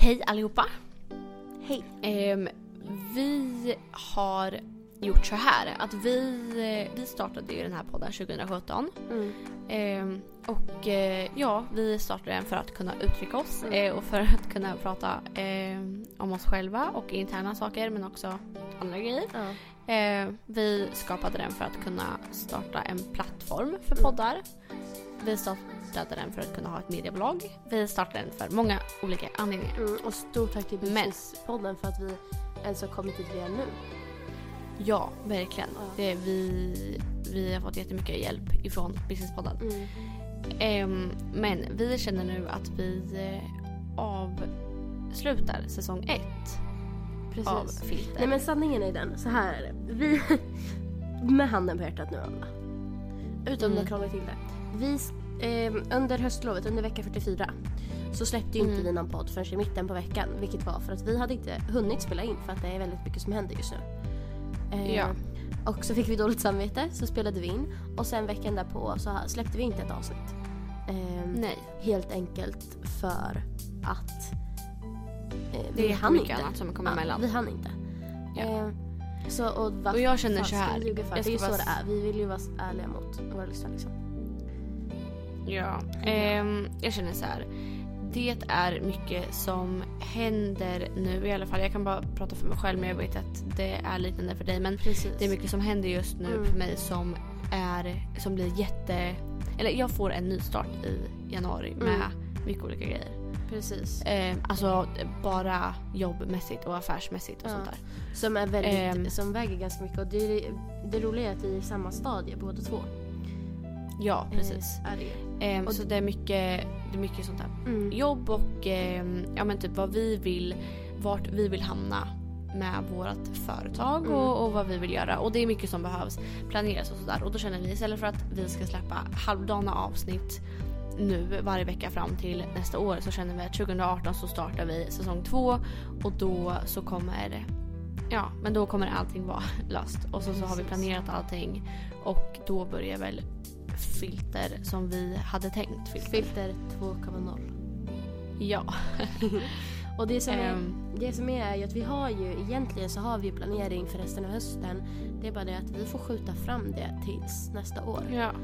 Hej allihopa. Hej. Vi har gjort så här att vi startade ju den här podden 2017. Vi startade den för att kunna uttrycka oss och för att kunna prata om oss själva och interna saker, men också andra grejer. Vi skapade den för att kunna starta en plattform för poddar. Vi startade den för att kunna ha ett medieblogg. Vi startade den för många olika anledningar. Och stort tack till Businesspodden för att vi ens har kommit dit vi är nu. Ja, verkligen. Vi har fått jättemycket hjälp ifrån Businesspodden. Men vi känner nu att vi avslutar säsong 1 av Filter. Nej, men sanningen är den. Så här är det. Vi med handen på hjärtat nu alla. Utom när krånglar till det. Vi under höstlovet, under vecka 44 så släppte ju inte vi någon podd förrän i mitten på veckan, vilket var för att vi hade inte hunnit spela in för att det är väldigt mycket som händer just nu. Och så fick vi dåligt samvete, så spelade vi in och sen veckan därpå så släppte vi inte ett avsnitt. Nej. Helt enkelt för att det är mycket annat som kommer emellan. Vi hann inte. Och jag känner så här. Det är ju så det är. Vi vill ju vara ärliga mot våra lyssnare liksom. Jag känner så här. Det är mycket som händer nu i alla fall. Jag kan bara prata för mig själv, men jag vet att det är liknande för dig. Men det är mycket som händer just nu för mig som blir eller jag får en ny start i januari med mycket olika grejer. Precis. Alltså bara jobbmässigt och affärsmässigt och sånt där. Som är väldigt, som väger ganska mycket. Och det roliga är att vi är i samma stadie båda två. Ja, precis. Så det är mycket sånt här. Jobb och typ vart vi vill hamna med vårt företag och vad vi vill göra. Och det är mycket som behövs planeras och sådär. Och då känner vi, istället för att vi ska släppa halvdana avsnitt nu varje vecka fram till nästa år, så känner vi att 2018 så startar vi säsong 2 och då så kommer då kommer allting vara löst. Och så har vi planerat allting och då börjar väl Filter som vi hade tänkt. Filter 2.0. Ja. Och det som är ju att vi har ju egentligen så har vi planering för resten av hösten. Det är bara det att vi får skjuta fram det tills nästa år.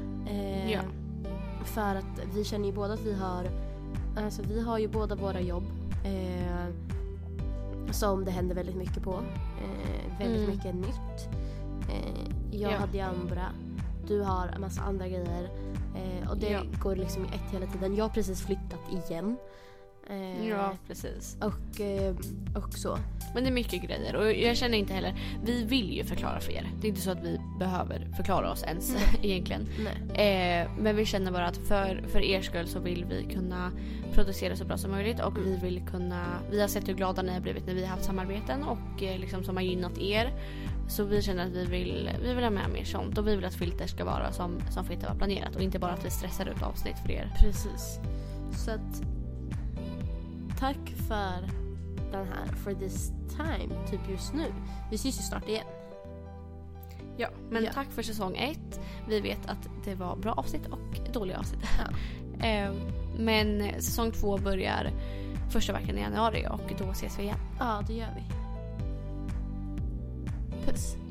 För att vi känner ju båda att vi har ju båda våra jobb som det händer väldigt mycket på. Väldigt mycket nytt. Jag hade Ambra. Du har en massa andra grejer. Och det går liksom i ett hela tiden. Jag har precis flyttat igen. Ja, precis. Och så. Men det är mycket grejer. Och jag känner inte heller. Vi vill ju förklara för er. Det är inte så att vi behöver förklara oss ens egentligen. Men vi känner bara att för er skull så vill vi kunna producera så bra som möjligt. Och vi har sett hur glada ni har blivit när vi har haft samarbeten. Och liksom som har gynnat er. Så vi känner att vi vill ha med mer sånt. Och vi vill att Filter ska vara som Filter var planerat. Och inte bara att vi stressar ut avsnitt för er. Precis. Så att tack för den här for this time, typ just nu. Vi ses ju snart igen. Ja, men tack för säsong 1. Vi vet att det var bra avsnitt och dåliga avsnitt. Men säsong 2 börjar första veckan i januari och då ses vi igen. Ja, det gör vi. Puss.